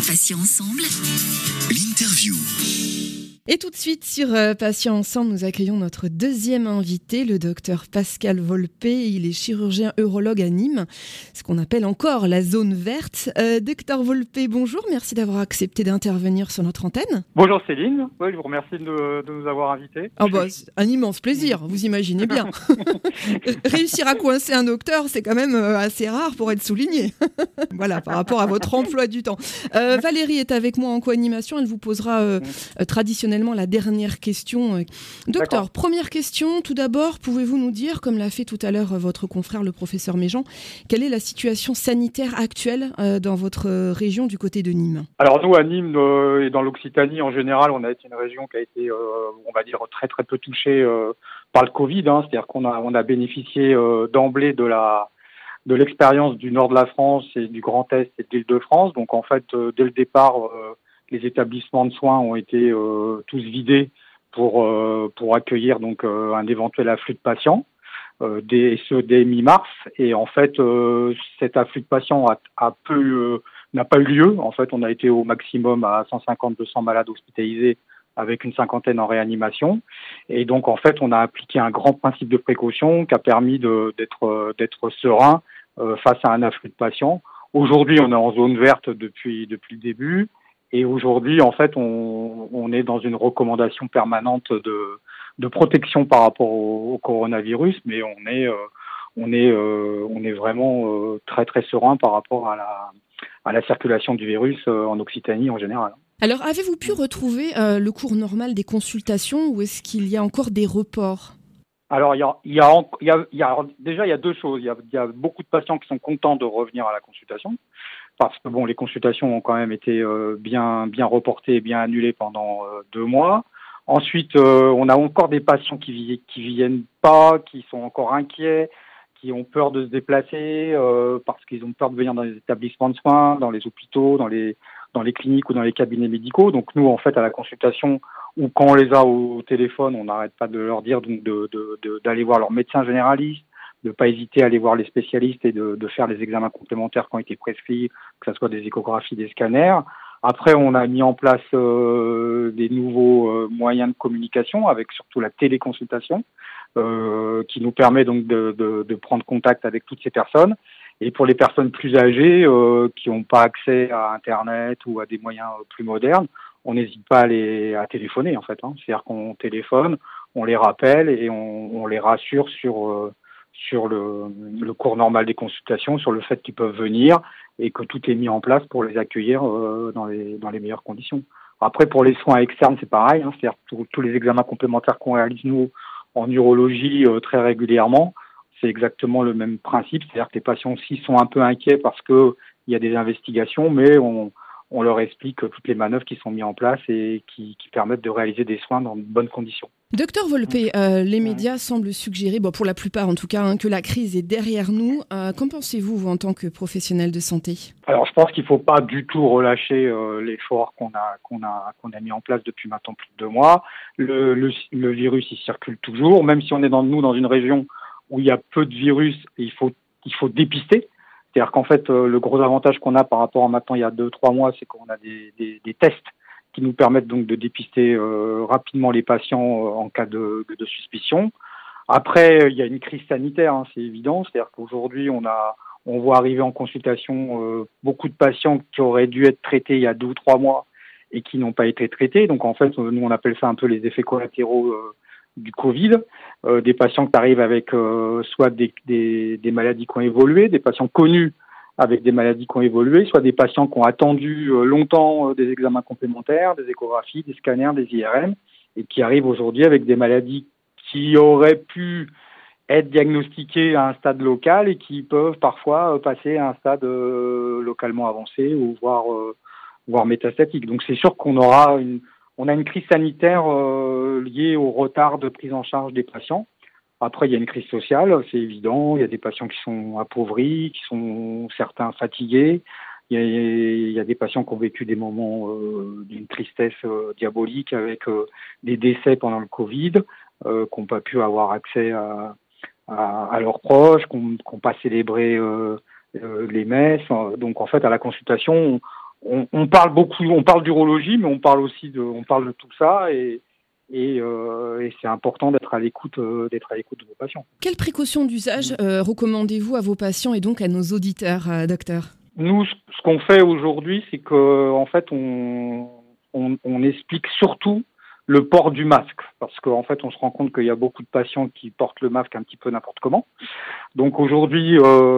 Patients ensemble. L'interview. Et tout de suite sur Patients Ensemble, nous accueillons notre deuxième invité, le docteur Pascal Volpe. Il est chirurgien urologue à Nîmes, ce qu'on appelle encore la zone verte. Docteur Volpe, bonjour, merci d'avoir accepté d'intervenir sur notre antenne. Bonjour Céline, je vous remercie de nous avoir invités. Un immense plaisir, vous imaginez bien. Réussir à coincer un docteur, c'est quand même assez rare pour être souligné. Voilà, par rapport à votre emploi du temps. Valérie est avec moi en co-animation, elle vous posera traditionnellement la dernière question. Docteur, première question, tout d'abord, pouvez-vous nous dire, comme l'a fait tout à l'heure votre confrère le professeur Méjean, quelle est la situation sanitaire actuelle dans votre région du côté de Nîmes ? Alors nous à Nîmes et dans l'Occitanie en général, on a été une région qui a été, on va dire, très très peu touchée par le Covid. C'est-à-dire qu'on a bénéficié d'emblée de l'expérience du nord de la France et du Grand Est et de l'Île-de-France. Donc en fait, dès le départ, les établissements de soins ont été tous vidés pour accueillir donc un éventuel afflux de patients dès mi-mars. Et en fait, cet afflux de patients n'a pas eu lieu. En fait, on a été au maximum à 150-200 malades hospitalisés avec une cinquantaine en réanimation. Et donc, en fait, on a appliqué un grand principe de précaution qui a permis d'être serein face à un afflux de patients. Aujourd'hui, on est en zone verte depuis le début. Et aujourd'hui, en fait, on est dans une recommandation permanente de protection par rapport au coronavirus, mais on est vraiment très très serein par rapport à la circulation du virus en Occitanie en général. Alors, avez-vous pu retrouver le cours normal des consultations ou est-ce qu'il y a encore des reports ? Alors, il y a deux choses. Il y a beaucoup de patients qui sont contents de revenir à la consultation parce que les consultations ont quand même été bien reportées et bien annulées pendant 2 mois. Ensuite, on a encore des patients qui viennent pas, qui sont encore inquiets, qui ont peur de se déplacer parce qu'ils ont peur de venir dans les établissements de soins, dans les hôpitaux, dans les cliniques ou dans les cabinets médicaux. Donc nous, en fait, à la consultation ou quand on les a au téléphone, on n'arrête pas de leur dire donc d'aller voir leur médecin généraliste, de ne pas hésiter à aller voir les spécialistes et de faire les examens complémentaires qui ont été prescrits, que ce soit des échographies, des scanners. Après, on a mis en place des nouveaux moyens de communication avec surtout la téléconsultation qui nous permet donc de prendre contact avec toutes ces personnes. Et pour les personnes plus âgées qui n'ont pas accès à Internet ou à des moyens plus modernes, on n'hésite pas à téléphoner en fait. C'est-à-dire qu'on téléphone, on les rappelle et on les rassure sur le cours normal des consultations, sur le fait qu'ils peuvent venir et que tout est mis en place pour les accueillir dans les meilleures conditions. Après, pour les soins externes, c'est pareil. C'est-à-dire tous les examens complémentaires qu'on réalise nous en urologie très régulièrement, c'est exactement le même principe. C'est-à-dire que les patients aussi sont un peu inquiets parce que il y a des investigations, mais on leur explique toutes les manœuvres qui sont mises en place et qui permettent de réaliser des soins dans de bonnes conditions. Docteur Volpe, les médias semblent suggérer, pour la plupart en tout cas, que la crise est derrière nous. Qu'en pensez-vous, vous, en tant que professionnel de santé ? Alors, je pense qu'il ne faut pas du tout relâcher l'effort qu'on a mis en place depuis maintenant plus de 2 mois. Le virus, il circule toujours, même si on est dans une région où il y a peu de virus, il faut dépister. C'est-à-dire qu'en fait, le gros avantage qu'on a par rapport à maintenant il y a 2-3 mois, c'est qu'on a des tests qui nous permettent donc de dépister rapidement les patients en cas de suspicion. Après, il y a une crise sanitaire, c'est évident. C'est-à-dire qu'aujourd'hui, on voit arriver en consultation beaucoup de patients qui auraient dû être traités il y a 2 ou 3 mois et qui n'ont pas été traités. Donc en fait, nous on appelle ça un peu les effets collatéraux du Covid, des patients qui arrivent avec soit des maladies qui ont évolué, des patients connus avec des maladies qui ont évolué, soit des patients qui ont attendu longtemps des examens complémentaires, des échographies, des scanners, des IRM, et qui arrivent aujourd'hui avec des maladies qui auraient pu être diagnostiquées à un stade local et qui peuvent parfois passer à un stade localement avancé ou voire métastatique. Donc c'est sûr qu'on a une crise sanitaire liée au retard de prise en charge des patients. Après, il y a une crise sociale, c'est évident. Il y a des patients qui sont appauvris, qui sont certains fatigués. Il y a des patients qui ont vécu des moments d'une tristesse diabolique avec des décès pendant le Covid, qui n'ont pas pu avoir accès à leurs proches, qui n'ont pas célébré les messes. Donc, en fait, à la consultation, on parle beaucoup, on parle d'urologie, mais on parle de tout ça et c'est important d'être à l'écoute de vos patients. Quelles précautions d'usage recommandez-vous à vos patients et donc à nos auditeurs, docteur ? Nous, ce qu'on fait aujourd'hui, c'est que en fait, on explique surtout le port du masque, parce qu'en fait, on se rend compte qu'il y a beaucoup de patients qui portent le masque un petit peu n'importe comment. Donc aujourd'hui,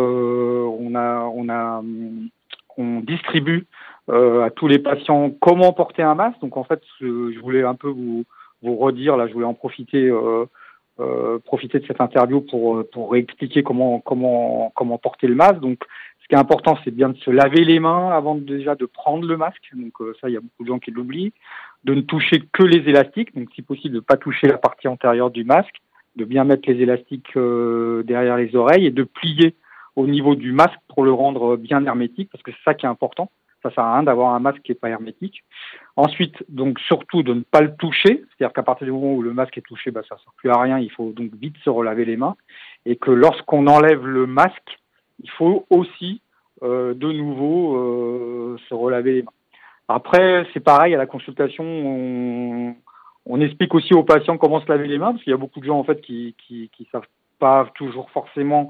on distribue à tous les patients comment porter un masque. Donc en fait, je voulais un peu vous redire, là, je voulais en profiter de cette interview pour réexpliquer comment porter le masque. Donc ce qui est important, c'est bien de se laver les mains avant déjà de prendre le masque. Donc ça, il y a beaucoup de gens qui l'oublient. De ne toucher que les élastiques, donc si possible de ne pas toucher la partie antérieure du masque, de bien mettre les élastiques derrière les oreilles et de plier au niveau du masque pour le rendre bien hermétique, parce que c'est ça qui est important. Ça sert à rien d'avoir un masque qui n'est pas hermétique. Ensuite, donc surtout de ne pas le toucher, c'est-à-dire qu'à partir du moment où le masque est touché, ça ne sert plus à rien, il faut donc vite se relaver les mains. Et que lorsqu'on enlève le masque, il faut aussi de nouveau se relaver les mains. Après, c'est pareil, à la consultation, on explique aussi aux patients comment se laver les mains, parce qu'il y a beaucoup de gens en fait qui savent pas toujours forcément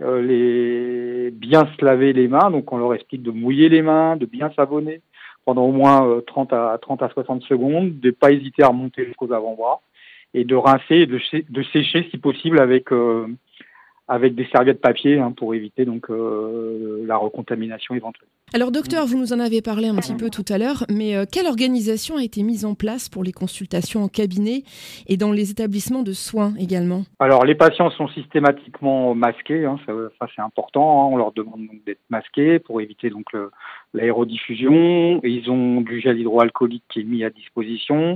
bien se laver les mains. Donc on leur explique de mouiller les mains, de bien savonner pendant au moins 30 à 60 secondes, de pas hésiter à remonter jusqu'aux avant-bras et de rincer et de sécher si possible avec des serviettes papier pour éviter donc la recontamination éventuelle. Alors docteur, vous nous en avez parlé un petit peu tout à l'heure, mais quelle organisation a été mise en place pour les consultations en cabinet et dans les établissements de soins également ? Alors les patients sont systématiquement masqués, ça c'est important, on leur demande donc d'être masqués pour éviter donc l'aérodiffusion. Ils ont du gel hydroalcoolique qui est mis à disposition,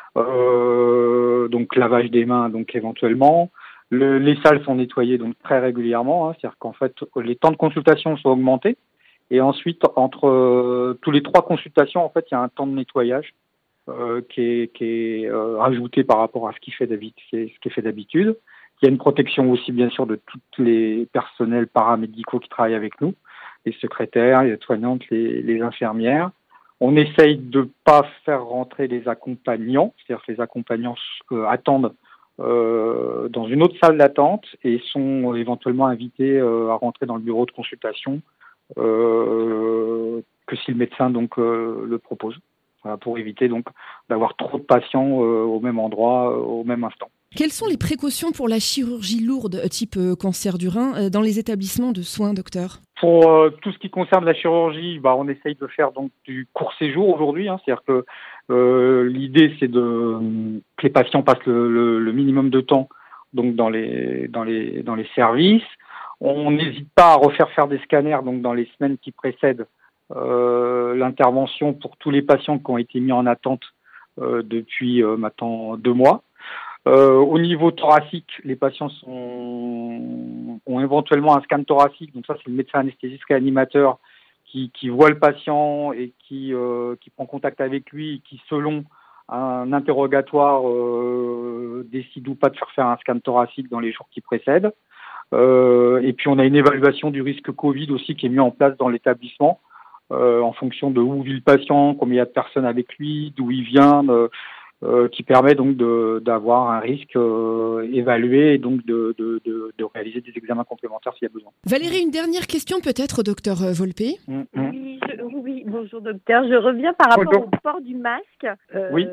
donc lavage des mains donc éventuellement. Les salles sont nettoyées donc très régulièrement, c'est-à-dire qu'en fait les temps de consultation sont augmentés et ensuite entre tous les 3 consultations en fait il y a un temps de nettoyage qui est rajouté par rapport à ce qui est fait d'habitude. Il y a une protection aussi bien sûr de tous les personnels paramédicaux qui travaillent avec nous, les secrétaires, les soignantes, les infirmières. On essaye de pas faire rentrer les accompagnants, c'est-à-dire que les accompagnants attendent dans une autre salle d'attente et sont éventuellement invités à rentrer dans le bureau de consultation que si le médecin donc le propose, pour éviter donc d'avoir trop de patients au même endroit au même instant. Quelles sont les précautions pour la chirurgie lourde type cancer du rein dans les établissements de soins, docteur ? Pour tout ce qui concerne la chirurgie, on essaye de faire donc du court séjour aujourd'hui, c'est-à-dire que l'idée c'est que les patients passent le minimum de temps donc dans les services. On n'hésite pas à refaire faire des scanners donc dans les semaines qui précèdent l'intervention pour tous les patients qui ont été mis en attente depuis maintenant 2 mois. Au niveau thoracique, les patients ont éventuellement un scan thoracique, donc ça c'est le médecin anesthésiste réanimateur qui voit le patient et qui prend contact avec lui et qui selon un interrogatoire décide ou pas de faire un scan thoracique dans les jours qui précèdent. Et puis on a une évaluation du risque Covid aussi qui est mise en place dans l'établissement en fonction de où vit le patient, combien il y a de personnes avec lui, d'où il vient, qui permet donc d'avoir un risque évalué et donc de réaliser des examens complémentaires s'il y a besoin. Valérie, une dernière question peut-être, docteur Volpé. Oui, bonjour docteur. Je reviens par rapport au port du masque. Oui.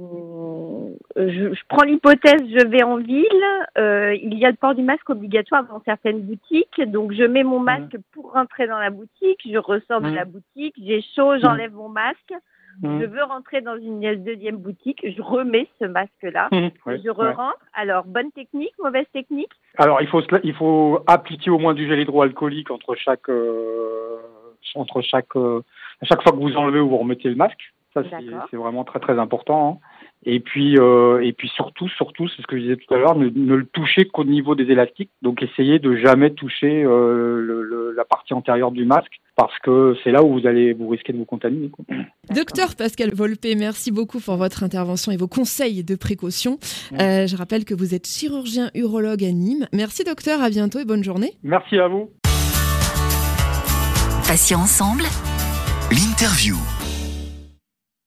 Je prends l'hypothèse, je vais en ville, il y a le port du masque obligatoire dans certaines boutiques, donc je mets mon masque pour rentrer dans la boutique, je ressors de la boutique, j'ai chaud, j'enlève mon masque. Je veux rentrer dans une deuxième boutique, je remets ce masque-là, je rentre. Alors, bonne technique, mauvaise technique ? Alors, il faut appliquer au moins du gel hydroalcoolique à chaque fois que vous enlevez ou vous remettez le masque. Ça, c'est vraiment très très important. Et puis surtout, c'est ce que je disais tout à l'heure, ne le toucher qu'au niveau des élastiques. Donc, essayez de jamais toucher la partie antérieure du masque, parce que c'est là où vous risquez de vous contaminer. Docteur Pascal Volpé, merci beaucoup pour votre intervention et vos conseils de précaution. Je rappelle que vous êtes chirurgien urologue à Nîmes. Merci docteur, à bientôt et bonne journée. Merci à vous. Patients ensemble. L'interview.